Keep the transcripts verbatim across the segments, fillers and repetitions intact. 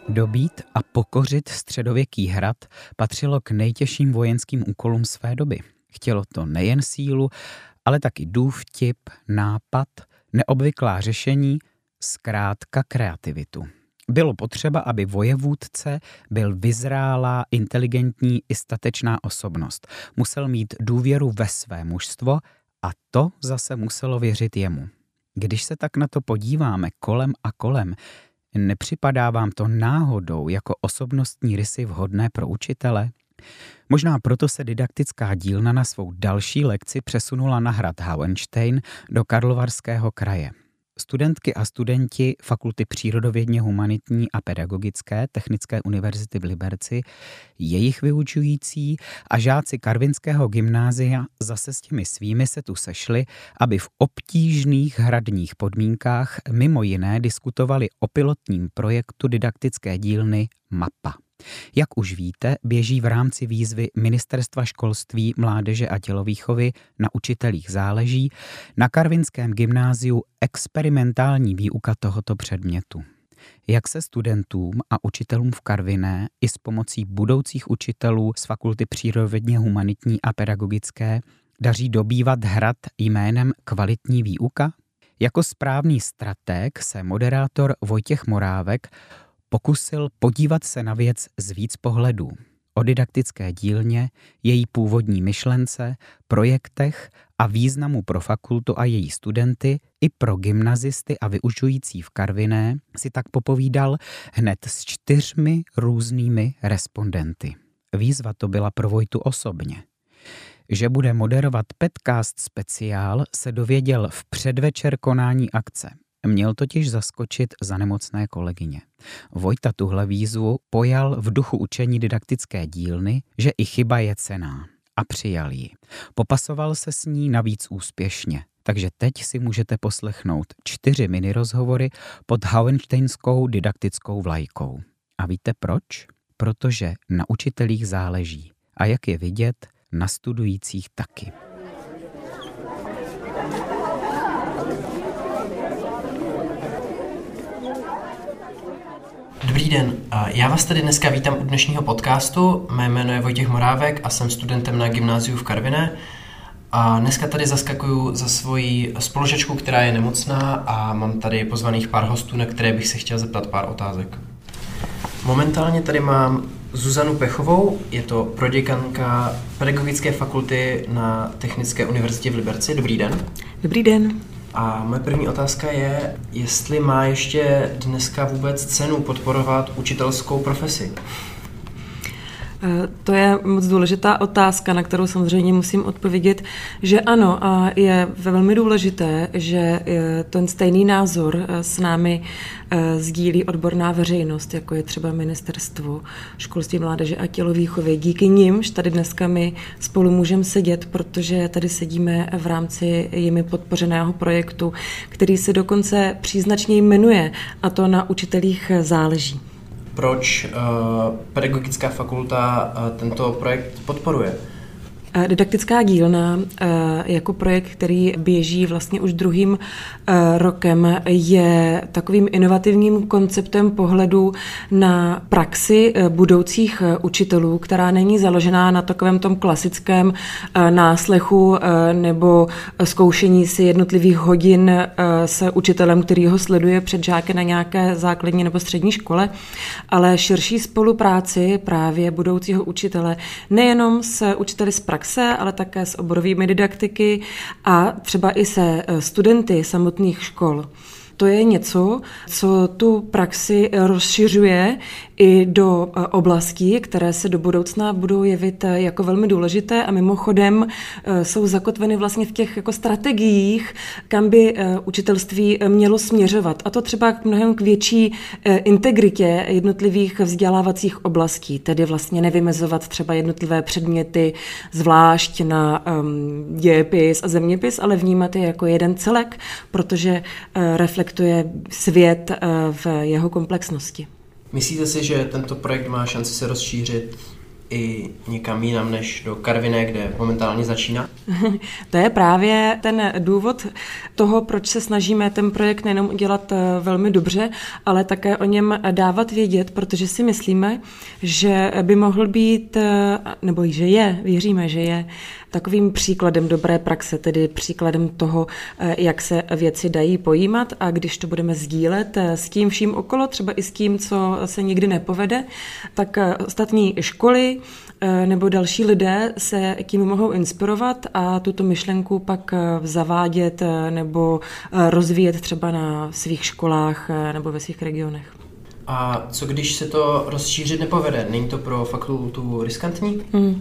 Dobít a pokořit středověký hrad patřilo k nejtěžším vojenským úkolům své doby. Chtělo to nejen sílu, ale taky důvtip, nápad, neobvyklá řešení, zkrátka kreativitu. Bylo potřeba, aby vojevůdce byl vyzrálá, inteligentní i statečná osobnost. Musel mít důvěru ve své mužstvo a to zase muselo věřit jemu. Když se tak na to podíváme kolem a kolem, nepřipadá vám to náhodou jako osobnostní rysy vhodné pro učitele? Možná proto se didaktická dílna na svou další lekci přesunula na hrad Hauenstein do Karlovarského kraje. Studentky a studenti Fakulty přírodovědně humanitní a pedagogické Technické univerzity v Liberci, jejich vyučující a žáci Karvinského gymnázia zase s těmi svými se tu sešli, aby v obtížných hradních podmínkách mimo jiné diskutovali o pilotním projektu didaktické dílny MAPA. Jak už víte, běží v rámci výzvy Ministerstva školství, mládeže a tělovýchovy Na učitelích záleží na Karvinském gymnáziu experimentální výuka tohoto předmětu. Jak se studentům a učitelům v Karviné i s pomocí budoucích učitelů z Fakulty přírodovědně humanitní a pedagogické daří dobývat hrad jménem kvalitní výuka? Jako správný stratég se moderátor Vojtěch Morávek pokusil podívat se na věc z víc pohledů. O didaktické dílně, její původní myšlence, projektech a významu pro fakultu a její studenty i pro gymnazisty a vyučující v Karviné si tak popovídal hned s čtyřmi různými respondenty. Výzva to byla pro Vojtu osobně. Že bude moderovat Petcast speciál, se dověděl v předvečer konání akce. Měl totiž zaskočit za nemocné kolegyně. Vojta tuhle výzvu pojal v duchu učení didaktické dílny, že i chyba je cenná. A přijal ji. Popasoval se s ní navíc úspěšně. Takže teď si můžete poslechnout čtyři mini rozhovory pod hauensteinskou didaktickou vlajkou. A víte proč? Protože na učitelích záleží. A jak je vidět, na studujících taky. Dobrý den, já vás tady dneska vítám u dnešního podcastu. Mé jméno je Vojtěch Morávek a jsem studentem na gymnáziu v Karviné. A dneska tady zaskakuju za svoji spolužačku, která je nemocná, a mám tady pozvaných pár hostů, na které bych se chtěl zeptat pár otázek. Momentálně tady mám Zuzanu Pechovou, je to proděkanka Pedagogické fakulty na Technické univerzitě v Liberci. Dobrý den. Dobrý den. A moje první otázka je, jestli má ještě dneska vůbec cenu podporovat učitelskou profesi? To je moc důležitá otázka, na kterou samozřejmě musím odpovědět, že ano, a je velmi důležité, že ten stejný názor s námi sdílí odborná veřejnost, jako je třeba Ministerstvo školství, mládeže a tělovýchovy. Díky nimž tady dneska my spolu můžeme sedět, protože tady sedíme v rámci jimi podpořeného projektu, který se dokonce příznačně jmenuje, a to Na učitelích záleží. Proč uh, Pedagogická fakulta uh, tento projekt podporuje? Didaktická dílna jako projekt, který běží vlastně už druhým rokem, je takovým inovativním konceptem pohledu na praxi budoucích učitelů, která není založená na takovém tom klasickém náslechu nebo zkoušení si jednotlivých hodin se učitelem, který ho sleduje před žáky na nějaké základní nebo střední škole, ale širší spolupráci právě budoucího učitele nejenom s učiteli z praxe, ale také s oborovými didaktiky a třeba i se studenty samotných škol. To je něco, co tu praxi rozšiřuje i do oblastí, které se do budoucna budou jevit jako velmi důležité a mimochodem jsou zakotveny vlastně v těch jako strategiích, kam by učitelství mělo směřovat. A to třeba k mnohem k větší integritě jednotlivých vzdělávacích oblastí, tedy vlastně nevymezovat třeba jednotlivé předměty zvlášť na dějepis a zeměpis, ale vnímat je jako jeden celek, protože reflektuje svět v jeho komplexnosti. Myslíte si, že tento projekt má šanci se rozšířit i někam jinam než do Karviné, kde momentálně začíná? To je právě ten důvod toho, proč se snažíme ten projekt nejenom udělat velmi dobře, ale také o něm dávat vědět, protože si myslíme, že by mohl být, nebo že je, věříme, že je takovým příkladem dobré praxe, tedy příkladem toho, jak se věci dají pojímat, a když to budeme sdílet s tím vším okolo, třeba i s tím, co se nikdy nepovede, tak ostatní školy nebo další lidé se tím mohou inspirovat a tuto myšlenku pak zavádět nebo rozvíjet třeba na svých školách nebo ve svých regionech. A co když se to rozšířit nepovede? Není to pro fakultu riskantní? Hmm.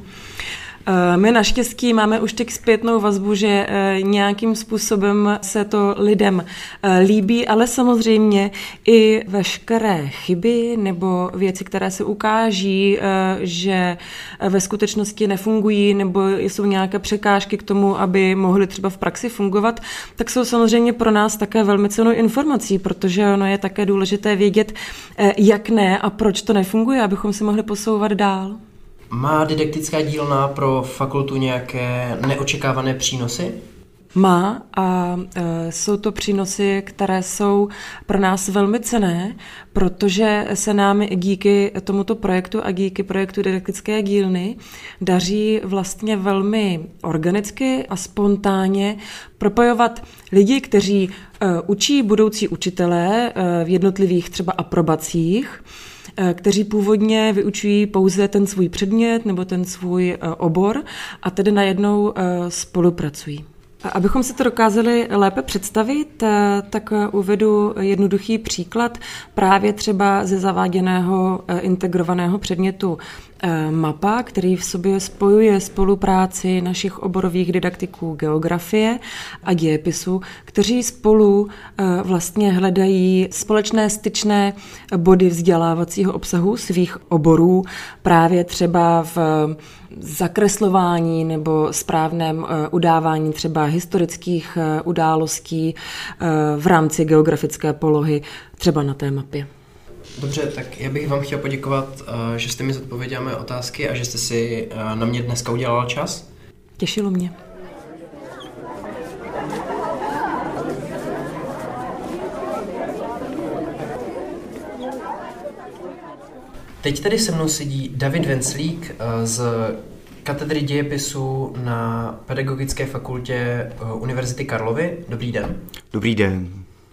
My naštěstí máme už teď zpětnou vazbu, že nějakým způsobem se to lidem líbí, ale samozřejmě i veškeré chyby nebo věci, které se ukáží, že ve skutečnosti nefungují nebo jsou nějaké překážky k tomu, aby mohly třeba v praxi fungovat, tak jsou samozřejmě pro nás také velmi cennou informací, protože ono je také důležité vědět, jak ne a proč to nefunguje, abychom se mohli posouvat dál. Má didaktická dílna pro fakultu nějaké neočekávané přínosy? Má a e, jsou to přínosy, které jsou pro nás velmi cenné, protože se nám díky tomuto projektu a díky projektu didaktické dílny daří vlastně velmi organicky a spontánně propojovat lidi, kteří e, učí budoucí učitelé e, v jednotlivých třeba aprobacích, kteří původně vyučují pouze ten svůj předmět nebo ten svůj obor a tedy najednou spolupracují. Abychom si to dokázali lépe představit, tak uvedu jednoduchý příklad právě třeba ze zaváděného integrovaného předmětu MAPA, který v sobě spojuje spolupráci našich oborových didaktiků geografie a dějepisu, kteří spolu vlastně hledají společné styčné body vzdělávacího obsahu svých oborů, právě třeba v zakreslování nebo správném udávání třeba historických událostí v rámci geografické polohy, třeba na té mapě. Dobře, tak já bych vám chtěl poděkovat, že jste mi zodpověděla mé otázky a že jste si na mě dneska udělala čas. Těšilo mě. Teď tady se mnou sedí David Venclík z katedry dějepisu na Pedagogické fakultě Univerzity Karlovy. Dobrý den. Dobrý den.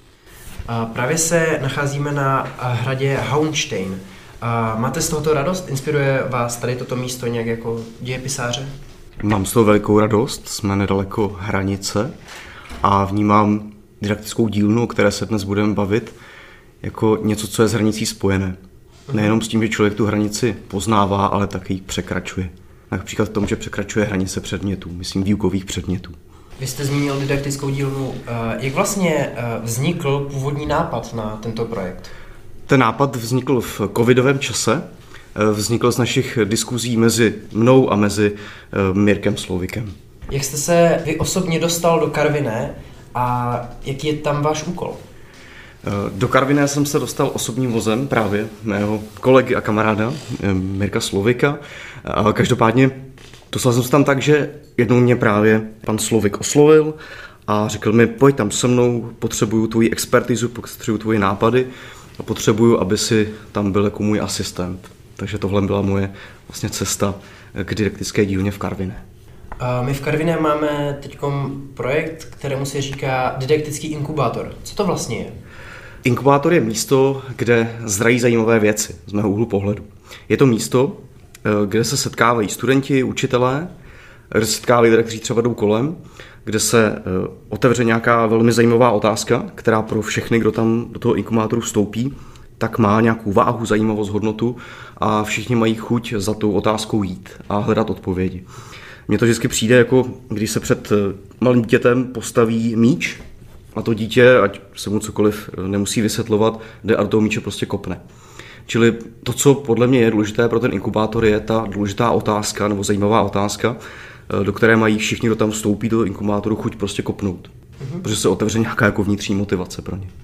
A právě se nacházíme na hradě Hauenstein. A máte z tohoto radost? Inspiruje vás tady toto místo nějak jako dějepisáře? Mám z toho velikou radost, jsme nedaleko hranice a vnímám didaktickou dílnu, o které se dnes budeme bavit, jako něco, co je s hranicí spojené. Nejenom s tím, že člověk tu hranici poznává, ale taky ji překračuje. Například v tom, že překračuje hranice předmětů, myslím výukových předmětů. Vy jste zmínil didaktickou dílnu. Jak vlastně vznikl původní nápad na tento projekt? Ten nápad vznikl v covidovém čase, vznikl z našich diskuzí mezi mnou a mezi Mirkem Slovikem. Jak jste se vy osobně dostal do Karviné a jaký je tam váš úkol? Do Karviné jsem se dostal osobním vozem právě mého kolegy a kamaráda Mirka Slovika. Každopádně dostal jsem se tam tak, že jednou mě právě pan Slovik oslovil a řekl mi, pojď tam se mnou, potřebuju tvoji expertizu, potřebuju tvoje nápady a potřebuju, aby si tam byl jako můj asistent. Takže tohle byla moje vlastně cesta k didaktické dílně v Karviné. My v Karviné máme teď projekt, kterému se říká didaktický inkubátor. Co to vlastně je? Inkubátor je místo, kde zrají zajímavé věci z mého úhlu pohledu. Je to místo, kde se setkávají studenti, učitelé, kde se setkávají lidé, kteří třeba jdou kolem, kde se otevře nějaká velmi zajímavá otázka, která pro všechny, kdo tam do toho inkubátoru vstoupí, tak má nějakou váhu, zajímavost, hodnotu a všichni mají chuť za tou otázkou jít a hledat odpovědi. Mně to vždycky přijde, jako když se před malým dítětem postaví míč a to dítě, ať se mu cokoliv nemusí vysvětlovat, jde a do toho míče prostě kopne. Čili to, co podle mě je důležité pro ten inkubátor, je ta důležitá otázka nebo zajímavá otázka, do které mají všichni, kdo tam vstoupí do inkubátoru, chuť prostě kopnout. Mm-hmm. Protože se otevře nějaká jako vnitřní motivace pro ně.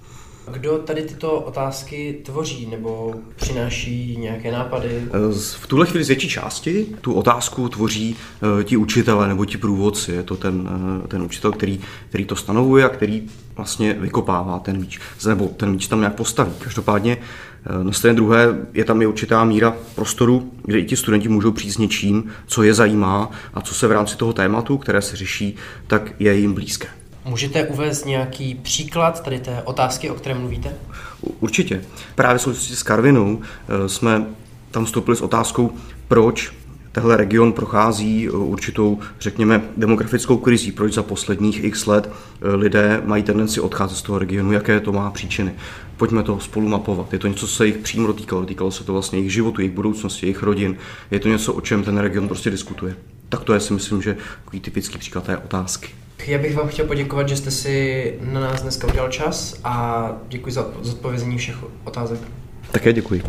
Kdo tady tyto otázky tvoří nebo přináší nějaké nápady? V tuhle chvíli z větší části tu otázku tvoří ti učitelé nebo ti průvodci. Je to ten, ten učitel, který, který to stanovuje a který vlastně vykopává ten míč. Nebo ten míč tam nějak postaví. Každopádně na straně druhé je tam i určitá míra prostoru, kde i ti studenti můžou přijít s něčím, co je zajímá a co se v rámci toho tématu, které se řeší, tak je jim blízké. Můžete uvést nějaký příklad tady té otázky, o které mluvíte? Určitě. Právě v souvislosti s Karvinou jsme tam vstoupili s otázkou, proč tehle region prochází určitou, řekněme, demografickou krizí, proč za posledních x let lidé mají tendenci odcházet z toho regionu, jaké to má příčiny. Pojďme to spolu mapovat. Je to něco, co se jich přímo dotýkalo, týkalo se to vlastně jejich životu, jejich budoucnosti, jejich rodin. Je to něco, o čem ten region prostě diskutuje. Tak to je, si myslím, že takový typický příklad té otázky. Já bych vám chtěl poděkovat, že jste si na nás dneska udělal čas a děkuji za zodpovězení všech otázek. Také děkuji.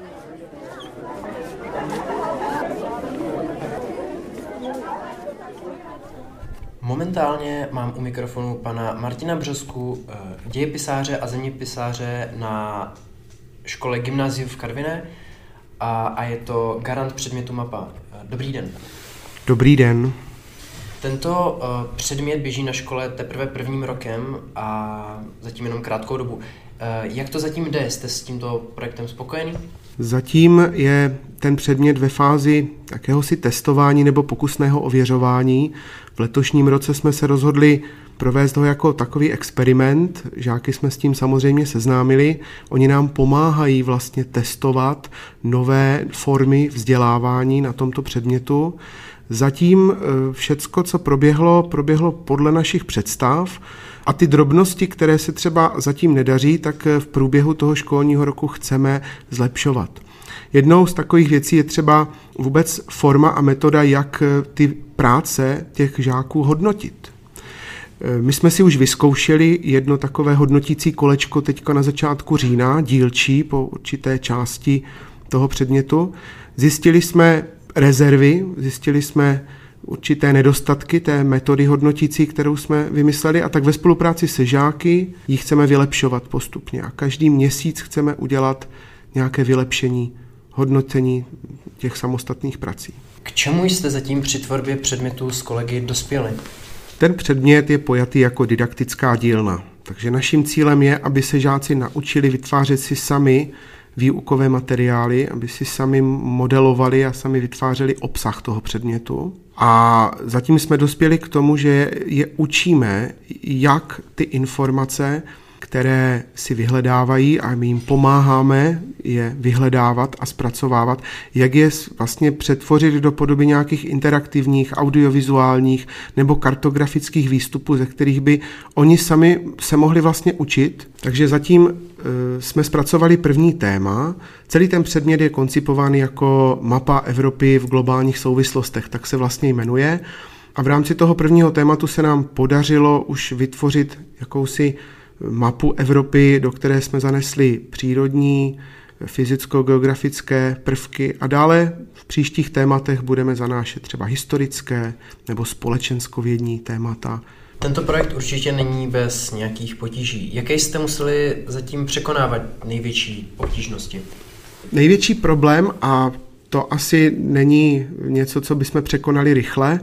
Momentálně mám u mikrofonu pana Martina Břosku, dějepisáře a zeměpisáře na škole Gymnáziu v Karviné a, a je to garant předmětu mapa. Dobrý den. Dobrý den. Tento uh, předmět běží na škole teprve prvním rokem a zatím jenom krátkou dobu. Uh, jak to zatím jde? Jste s tímto projektem spokojený? Zatím je ten předmět ve fázi takéhosi testování nebo pokusného ověřování. V letošním roce jsme se rozhodli provést ho jako takový experiment. Žáky jsme s tím samozřejmě seznámili. Oni nám pomáhají vlastně testovat nové formy vzdělávání na tomto předmětu. Zatím všecko, co proběhlo, proběhlo podle našich představ a ty drobnosti, které se třeba zatím nedaří, tak v průběhu toho školního roku chceme zlepšovat. Jednou z takových věcí je třeba vůbec forma a metoda, jak ty práce těch žáků hodnotit. My jsme si už vyzkoušeli jedno takové hodnotící kolečko teďka na začátku října, dílčí po určité části toho předmětu. Zjistili jsme rezervy, zjistili jsme určité nedostatky té metody hodnotící, kterou jsme vymysleli a tak ve spolupráci se žáky ji chceme vylepšovat postupně a každý měsíc chceme udělat nějaké vylepšení, hodnocení těch samostatných prací. K čemu jste zatím při tvorbě předmětu s kolegy dospěli? Ten předmět je pojatý jako didaktická dílna, takže naším cílem je, aby se žáci naučili vytvářet si sami výukové materiály, aby si sami modelovali a sami vytvářeli obsah toho předmětu. A zatím jsme dospěli k tomu, že je učíme, jak ty informace, které si vyhledávají a my jim pomáháme je vyhledávat a zpracovávat, jak je vlastně přetvořit do podoby nějakých interaktivních, audiovizuálních nebo kartografických výstupů, ze kterých by oni sami se mohli vlastně učit. Takže zatím e, jsme zpracovali první téma. Celý ten předmět je koncipován jako mapa Evropy v globálních souvislostech, tak se vlastně jmenuje. A v rámci toho prvního tématu se nám podařilo už vytvořit jakousi mapu Evropy, do které jsme zanesli přírodní, fyzicko-geografické prvky a dále v příštích tématech budeme zanášet třeba historické nebo společenskovědní témata. Tento projekt určitě není bez nějakých potíží. Jaké jste museli zatím překonávat největší obtížnosti? Největší problém, a to asi není něco, co bychom překonali rychle,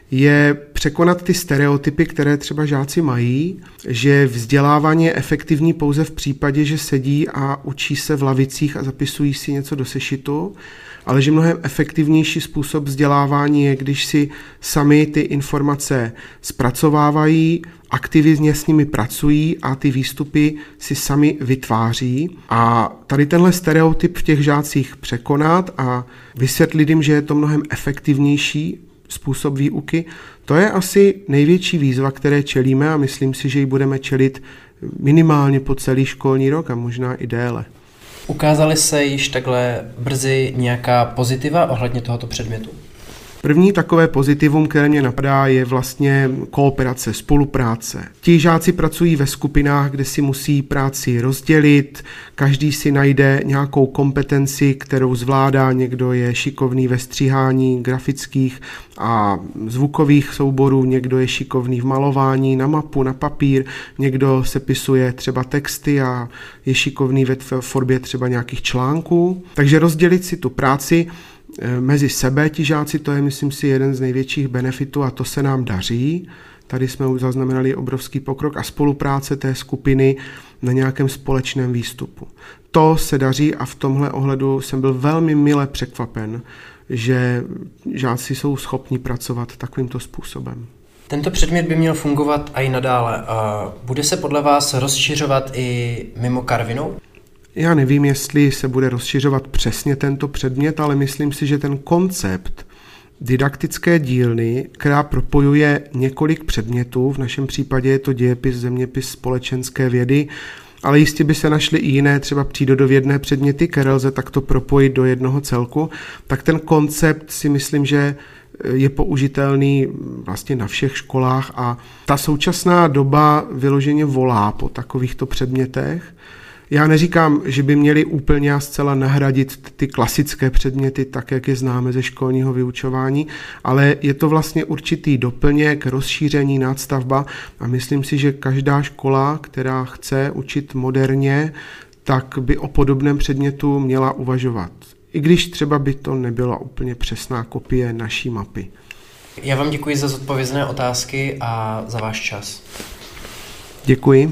je překonat ty stereotypy, které třeba žáci mají, že vzdělávání je efektivní pouze v případě, že sedí a učí se v lavicích a zapisují si něco do sešitu, ale že mnohem efektivnější způsob vzdělávání je, když si sami ty informace zpracovávají, aktivně s nimi pracují a ty výstupy si sami vytváří. A tady tenhle stereotyp v těch žácích překonat a vysvětlit jim, že je to mnohem efektivnější způsob výuky, to je asi největší výzva, které čelíme a myslím si, že ji budeme čelit minimálně po celý školní rok a možná i déle. Ukázaly se již takhle brzy nějaká pozitiva ohledně tohoto předmětu? První takové pozitivum, které mě napadá, je vlastně kooperace, spolupráce. Ti žáci pracují ve skupinách, kde si musí práci rozdělit, každý si najde nějakou kompetenci, kterou zvládá, někdo je šikovný ve stříhání grafických a zvukových souborů, někdo je šikovný v malování na mapu, na papír, někdo sepisuje třeba texty a je šikovný ve tvorbě třeba nějakých článků. Takže rozdělit si tu práci mezi sebe, ti žáci, to je, myslím si, jeden z největších benefitů a to se nám daří. Tady jsme už zaznamenali obrovský pokrok a spolupráce té skupiny na nějakém společném výstupu. To se daří a v tomhle ohledu jsem byl velmi mile překvapen, že žáci jsou schopni pracovat takovýmto způsobem. Tento předmět by měl fungovat i nadále. Bude se podle vás rozšiřovat i mimo Karvinou? Já nevím, jestli se bude rozšiřovat přesně tento předmět, ale myslím si, že ten koncept didaktické dílny, která propojuje několik předmětů, v našem případě je to dějepis, zeměpis, společenské vědy, ale jistě by se našly i jiné, třeba přírodovědné předměty, které lze takto propojit do jednoho celku, tak ten koncept si myslím, že je použitelný vlastně na všech školách a ta současná doba vyloženě volá po takovýchto předmětech. Já neříkám, že by měli úplně a zcela nahradit ty klasické předměty, tak jak je známe ze školního vyučování, ale je to vlastně určitý doplněk, rozšíření, nástavba a myslím si, že každá škola, která chce učit moderně, tak by o podobném předmětu měla uvažovat. I když třeba by to nebyla úplně přesná kopie naší mapy. Já vám děkuji za zodpovězné otázky a za váš čas. Děkuji.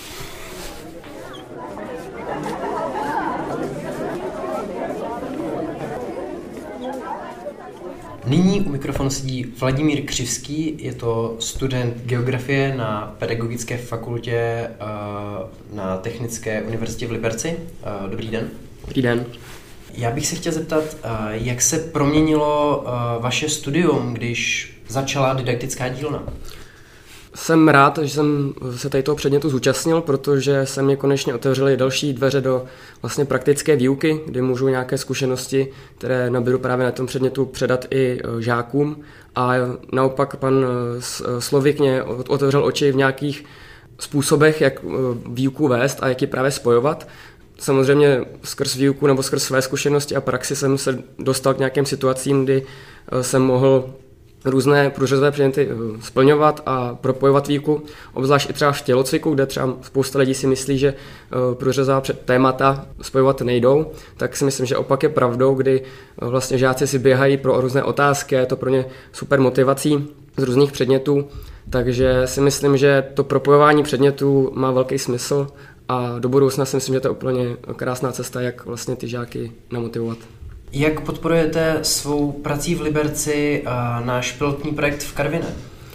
Nyní u mikrofonu sedí Vladimír Křivský, je to student geografie na Pedagogické fakultě na Technické univerzitě v Liberci. Dobrý den. Dobrý den. Já bych se chtěl zeptat, jak se proměnilo vaše studium, když začala didaktická dílna? Jsem rád, že jsem se tady toho předmětu zúčastnil, protože se mi konečně otevřely další dveře do vlastně praktické výuky, kdy můžu nějaké zkušenosti, které naberu právě na tom předmětu, předat i žákům. A naopak pan Slovík mě otevřel oči v nějakých způsobech, jak výuku vést a jak ji právě spojovat. Samozřejmě skrz výuku nebo skrz své zkušenosti a praxi jsem se dostal k nějakým situacím, kdy jsem mohl různé průřezové předměty splňovat a propojovat výuku, obzvlášť i třeba v tělocviku, kde třeba spousta lidí si myslí, že průřezová témata spojovat nejdou, tak si myslím, že opak je pravdou, kdy vlastně žáci si běhají pro různé otázky a je to pro ně super motivací z různých předmětů, takže si myslím, že to propojování předmětů má velký smysl a do budoucna si myslím, že to je úplně krásná cesta, jak vlastně ty žáky namotivovat. Jak podporujete svou prací v Liberci náš pilotní projekt v Karviné?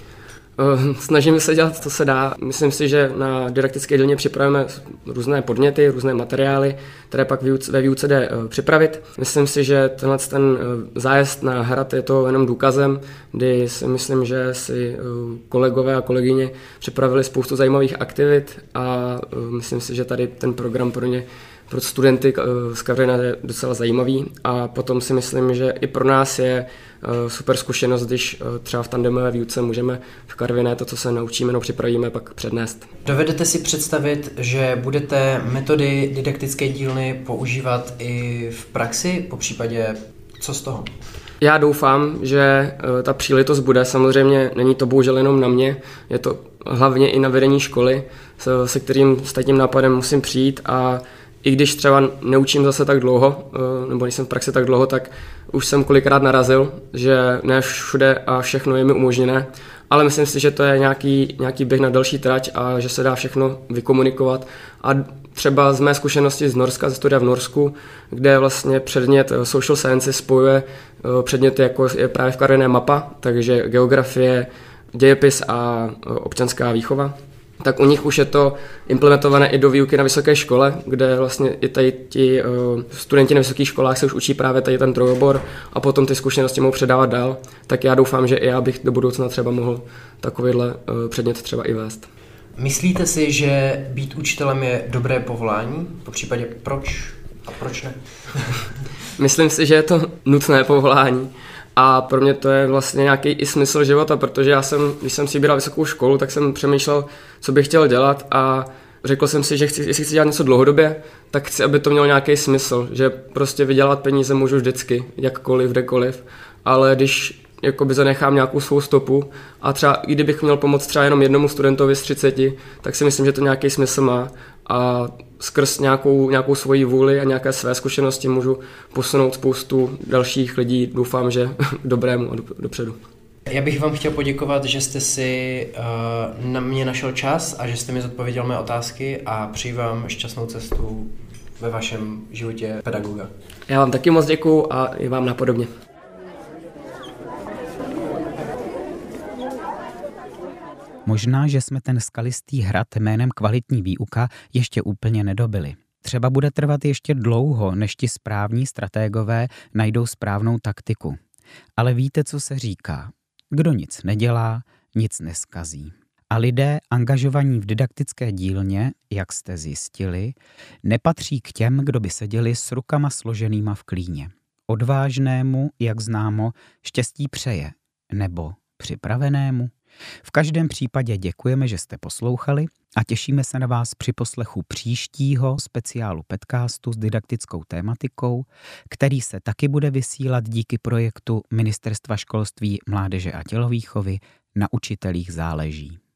Snažíme se dělat, co se dá. Myslím si, že na didaktické dílně připravujeme různé podněty, různé materiály, které pak ve výuce jde připravit. Myslím si, že tenhle ten zájezd na hrad je to jenom důkazem, kdy si myslím, že si kolegové a kolegyně připravili spoustu zajímavých aktivit a myslím si, že tady ten program pro ně pro studenty z Karviné je docela zajímavý a potom si myslím, že i pro nás je super zkušenost, když třeba v tandemové výuce můžeme v Karviné to, co se naučíme, no připravíme, pak přednést. Dovedete si představit, že budete metody didaktické dílny používat i v praxi, popřípadě co z toho? Já doufám, že ta příležitost bude, samozřejmě není to bohužel jenom na mě, je to hlavně i na vedení školy, se kterým s tím nápadem musím přijít a i když třeba neučím zase tak dlouho, nebo nejsem v praxi tak dlouho, tak už jsem kolikrát narazil, že ne všude a všechno je mi umožněné, ale myslím si, že to je nějaký, nějaký běh na další trať a že se dá všechno vykomunikovat. A třeba z mé zkušenosti z Norska, ze studia v Norsku, kde vlastně předmět social science spojuje předměty, jako je právě v Karviné mapa, takže geografie, dějepis a občanská výchova, tak u nich už je to implementované i do výuky na vysoké škole, kde vlastně i tady ti uh, studenti na vysokých školách se už učí právě tady ten trojobor a potom ty zkušenosti mohou předávat dál. Tak já doufám, že i já bych do budoucna třeba mohl takovýhle uh, předmět třeba i vést. Myslíte si, že být učitelem je dobré povolání? Popřípadě proč a proč ne? Myslím si, že je to nutné povolání A pro mě to je vlastně nějaký i smysl života, protože já jsem, když jsem si vybíral vysokou školu, tak jsem přemýšlel, co bych chtěl dělat a řekl jsem si, že chci, jestli chci dělat něco dlouhodobě, tak chci, aby to mělo nějaký smysl, že prostě vydělat peníze můžu vždycky, jakkoliv, kdekoliv, ale když jakoby zanechám nějakou svou stopu a třeba i kdybych měl pomoct třeba jenom jednomu studentovi z třiceti, tak si myslím, že to nějaký smysl má a skrz nějakou, nějakou svoji vůli a nějaké své zkušenosti můžu posunout spoustu dalších lidí, doufám, že k dobrému a dopředu. Já bych vám chtěl poděkovat, že jste si uh, na mě našel čas a že jste mi zodpověděl mé otázky a přeji vám šťastnou cestu ve vašem životě pedagoga. Já vám taky moc děkuju a i vám napodobně. Možná, že jsme ten skalistý hrad jménem kvalitní výuka ještě úplně nedobili. Třeba bude trvat ještě dlouho, než ti správní stratégové najdou správnou taktiku. Ale víte, co se říká? Kdo nic nedělá, nic neskazí. A lidé angažovaní v didaktické dílně, jak jste zjistili, nepatří k těm, kdo by seděli s rukama složenýma v klíně. Odvážnému, jak známo, štěstí přeje, nebo připravenému. V každém případě děkujeme, že jste poslouchali a těšíme se na vás při poslechu příštího speciálu Petcastu s didaktickou tématikou, který se taky bude vysílat díky projektu Ministerstva školství, mládeže a tělovýchovy Na učitelích záleží.